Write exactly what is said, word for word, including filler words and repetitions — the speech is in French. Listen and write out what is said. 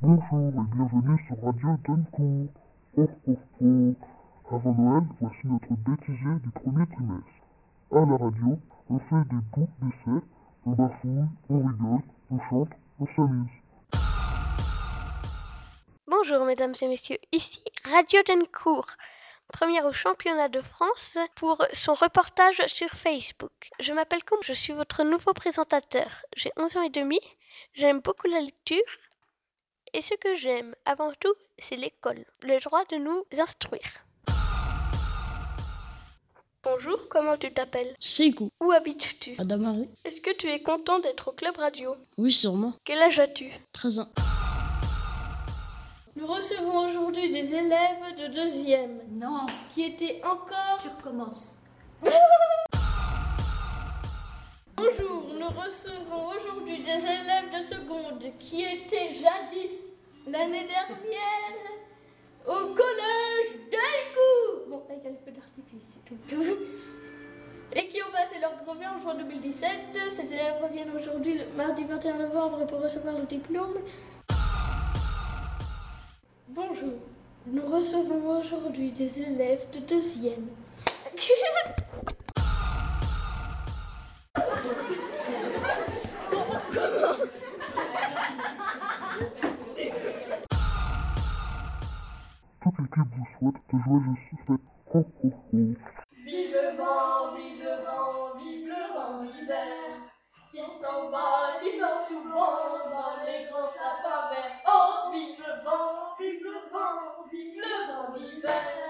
Bonjour et bienvenue sur Radio Doncourt. Oh oh oh. Avant Noël, voici notre bêtisier du premier trimestre. À la radio, on fait des bouts d'essai, on bafouille, on rigole, on chante, on s'amuse. Bonjour mesdames et messieurs, ici Radio Doncourt, première au championnat de France pour son reportage sur Facebook. Je m'appelle Koum, je suis votre nouveau présentateur. J'ai onze ans et demi, j'aime beaucoup la lecture et ce que j'aime avant tout, c'est l'école, le droit de nous instruire. Bonjour, comment tu t'appelles? Sekou. Où habites-tu? À Damary. Est-ce que tu es content d'être au club radio? Oui, sûrement. Quel âge as-tu? treize ans. Nous recevons aujourd'hui des élèves de deuxième. Non. Qui étaient encore... Tu recommences. Bonjour, nous recevons aujourd'hui des élèves de seconde qui étaient jadis, l'année dernière, au collège d'Aïkou. Bon, là, il y a le feu d'artifice, c'est tout, tout. Et qui ont passé leur brevet en juin deux mille dix-sept. Ces élèves reviennent aujourd'hui, le mardi vingt et un novembre, pour recevoir le diplôme. Bonjour, nous recevons aujourd'hui des élèves de deuxième. Toute l'équipe vous souhaite de joyeuses fêtes. Oh oh oh. Vive le vent, vive le vent, vive le vent d'hiver, qui s'en va si fort souvent dans les grands sapins verts. Oh, vive le vent, vive le vent, vive le vent d'hiver.